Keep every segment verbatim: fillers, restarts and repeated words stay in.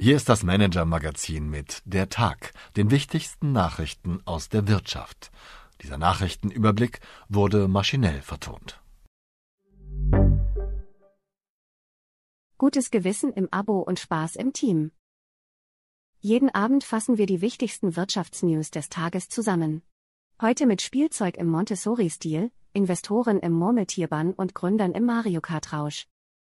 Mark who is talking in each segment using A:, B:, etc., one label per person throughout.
A: Hier ist das Manager-Magazin mit Der Tag, den wichtigsten Nachrichten aus der Wirtschaft. Dieser Nachrichtenüberblick wurde maschinell vertont.
B: Gutes Gewissen im Abo und Spaß im Team. Jeden Abend fassen wir die wichtigsten Wirtschaftsnews des Tages zusammen. Heute mit Spielzeug im Montessori-Stil, Investoren im Murmeltierbann und Gründern im Mario Kart-Rausch.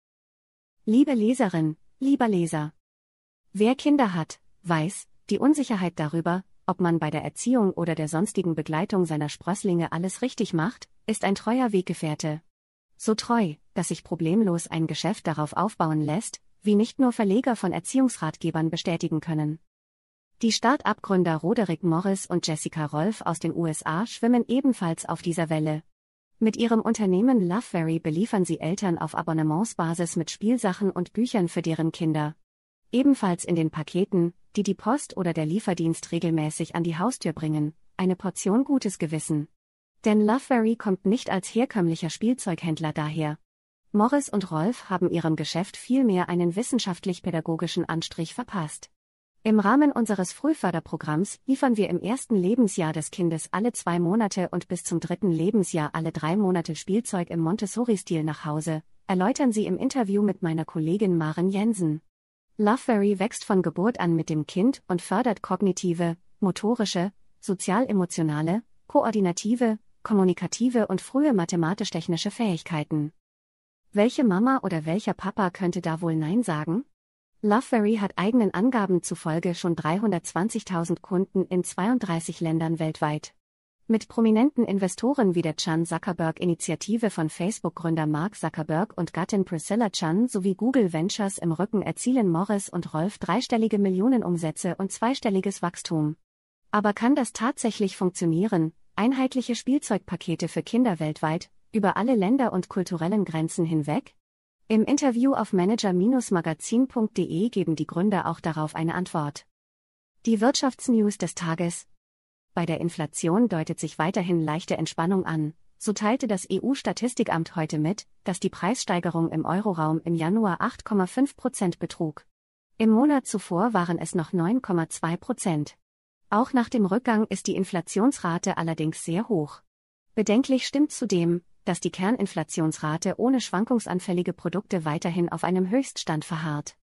B: Liebe Leserin, lieber Leser. Wer Kinder hat, weiß, die Unsicherheit darüber, ob man bei der Erziehung oder der sonstigen Begleitung seiner Sprösslinge alles richtig macht, ist ein treuer Weggefährte. So treu, dass sich problemlos ein Geschäft darauf aufbauen lässt, wie nicht nur Verleger von Erziehungsratgebern bestätigen können. Die Start-up-Gründer Roderick Morris und Jessica Rolf aus den U S A schwimmen ebenfalls auf dieser Welle. Mit ihrem Unternehmen Loveberry beliefern sie Eltern auf Abonnementsbasis mit Spielsachen und Büchern für deren Kinder. Ebenfalls in den Paketen, die die Post oder der Lieferdienst regelmäßig an die Haustür bringen, eine Portion gutes Gewissen. Denn Loveberry kommt nicht als herkömmlicher Spielzeughändler daher. Morris und Rolf haben ihrem Geschäft vielmehr einen wissenschaftlich-pädagogischen Anstrich verpasst. Im Rahmen unseres Frühförderprogramms liefern wir im ersten Lebensjahr des Kindes alle zwei Monate und bis zum dritten Lebensjahr alle drei Monate Spielzeug im Montessori-Stil nach Hause, erläutern sie im Interview mit meiner Kollegin Maren Jensen. Loveberry wächst von Geburt an mit dem Kind und fördert kognitive, motorische, sozial-emotionale, koordinative, kommunikative und frühe mathematisch-technische Fähigkeiten. Welche Mama oder welcher Papa könnte da wohl Nein sagen? Loveberry hat eigenen Angaben zufolge schon dreihundertzwanzigtausend Kunden in zweiunddreißig Ländern weltweit. Mit prominenten Investoren wie der Chan Zuckerberg-Initiative von Facebook-Gründer Mark Zuckerberg und Gattin Priscilla Chan sowie Google Ventures im Rücken erzielen Morris und Rolf dreistellige Millionenumsätze und zweistelliges Wachstum. Aber kann das tatsächlich funktionieren, einheitliche Spielzeugpakete für Kinder weltweit, über alle Länder und kulturellen Grenzen hinweg? Im Interview auf manager Bindestrich magazin punkt de geben die Gründer auch darauf eine Antwort. Die Wirtschaftsnews des Tages. Bei der Inflation deutet sich weiterhin leichte Entspannung an, so teilte das E U-Statistikamt heute mit, dass die Preissteigerung im Euroraum im Januar acht Komma fünf Prozent betrug. Im Monat zuvor waren es noch neun Komma zwei Prozent. Auch nach dem Rückgang ist die Inflationsrate allerdings sehr hoch. Bedenklich stimmt zudem, dass die Kerninflationsrate ohne schwankungsanfällige Produkte weiterhin auf einem Höchststand verharrt.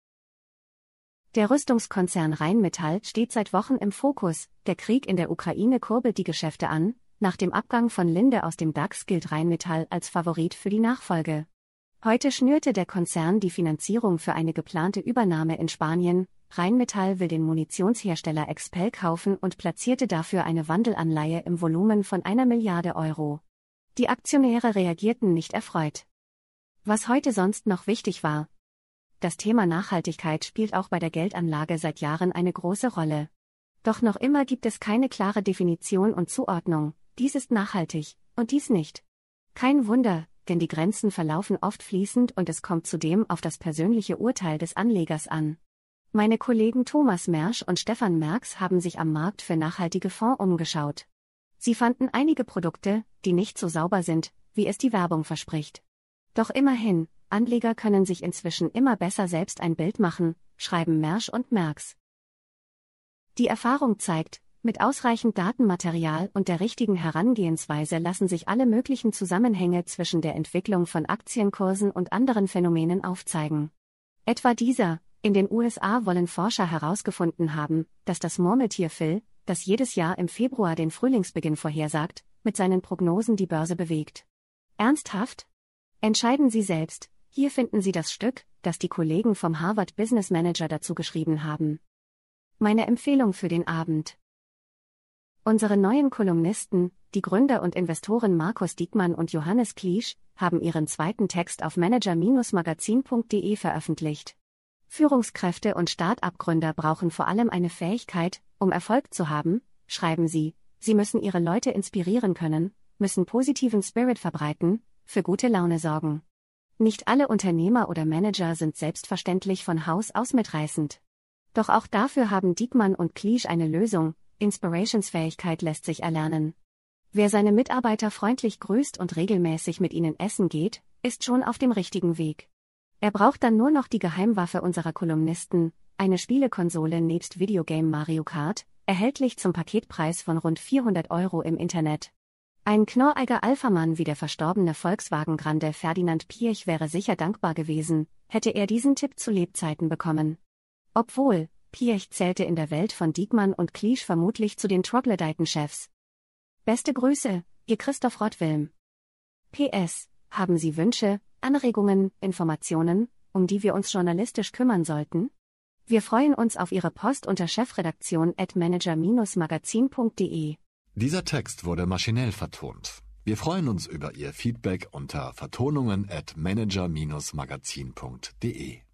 B: Der Rüstungskonzern Rheinmetall steht seit Wochen im Fokus, der Krieg in der Ukraine kurbelt die Geschäfte an, nach dem Abgang von Linde aus dem DAX gilt Rheinmetall als Favorit für die Nachfolge. Heute schnürte der Konzern die Finanzierung für eine geplante Übernahme in Spanien, Rheinmetall will den Munitionshersteller Expel kaufen und platzierte dafür eine Wandelanleihe im Volumen von einer Milliarde Euro. Die Aktionäre reagierten nicht erfreut. Was heute sonst noch wichtig war: Das Thema Nachhaltigkeit spielt auch bei der Geldanlage seit Jahren eine große Rolle. Doch noch immer gibt es keine klare Definition und Zuordnung, dies ist nachhaltig, und dies nicht. Kein Wunder, denn die Grenzen verlaufen oft fließend und es kommt zudem auf das persönliche Urteil des Anlegers an. Meine Kollegen Thomas Mersch und Stefan Merx haben sich am Markt für nachhaltige Fonds umgeschaut. Sie fanden einige Produkte, die nicht so sauber sind, wie es die Werbung verspricht. Doch immerhin, Anleger können sich inzwischen immer besser selbst ein Bild machen, schreiben Mersch und Merx. Die Erfahrung zeigt, mit ausreichend Datenmaterial und der richtigen Herangehensweise lassen sich alle möglichen Zusammenhänge zwischen der Entwicklung von Aktienkursen und anderen Phänomenen aufzeigen. Etwa dieser: In den U S A wollen Forscher herausgefunden haben, dass das Murmeltier Phil, das jedes Jahr im Februar den Frühlingsbeginn vorhersagt, mit seinen Prognosen die Börse bewegt. Ernsthaft? Entscheiden Sie selbst, hier finden Sie das Stück, das die Kollegen vom Harvard Business Manager dazu geschrieben haben. Meine Empfehlung für den Abend. Unsere neuen Kolumnisten, die Gründer und Investoren Markus Diekmann und Johannes Kliesch, haben ihren zweiten Text auf manager Bindestrich magazin punkt de veröffentlicht. Führungskräfte und Start-up-Gründer brauchen vor allem eine Fähigkeit, um Erfolg zu haben, schreiben sie. Sie müssen ihre Leute inspirieren können, müssen positiven Spirit verbreiten, für gute Laune sorgen. Nicht alle Unternehmer oder Manager sind selbstverständlich von Haus aus mitreißend. Doch auch dafür haben Diekmann und Kliesch eine Lösung: Inspirationsfähigkeit lässt sich erlernen. Wer seine Mitarbeiter freundlich grüßt und regelmäßig mit ihnen essen geht, ist schon auf dem richtigen Weg. Er braucht dann nur noch die Geheimwaffe unserer Kolumnisten, Eine Spielekonsole nebst Videogame Mario Kart, erhältlich zum Paketpreis von rund vierhundert Euro im Internet. Ein knorriger Alphamann wie der verstorbene Volkswagen-Grande Ferdinand Piëch wäre sicher dankbar gewesen, hätte er diesen Tipp zu Lebzeiten bekommen. Obwohl, Piëch zählte in der Welt von Diekmann und Cliche vermutlich zu den Troglodyten-Chefs. Beste Grüße, Ihr Christoph Rottwilm. P S. Haben Sie Wünsche, Anregungen, Informationen, um die wir uns journalistisch kümmern sollten? Wir freuen uns auf Ihre Post unter chefredaktion at manager Bindestrich magazin punkt de.
A: Dieser Text wurde maschinell vertont. Wir freuen uns über Ihr Feedback unter vertonungen at manager Bindestrich magazin punkt de.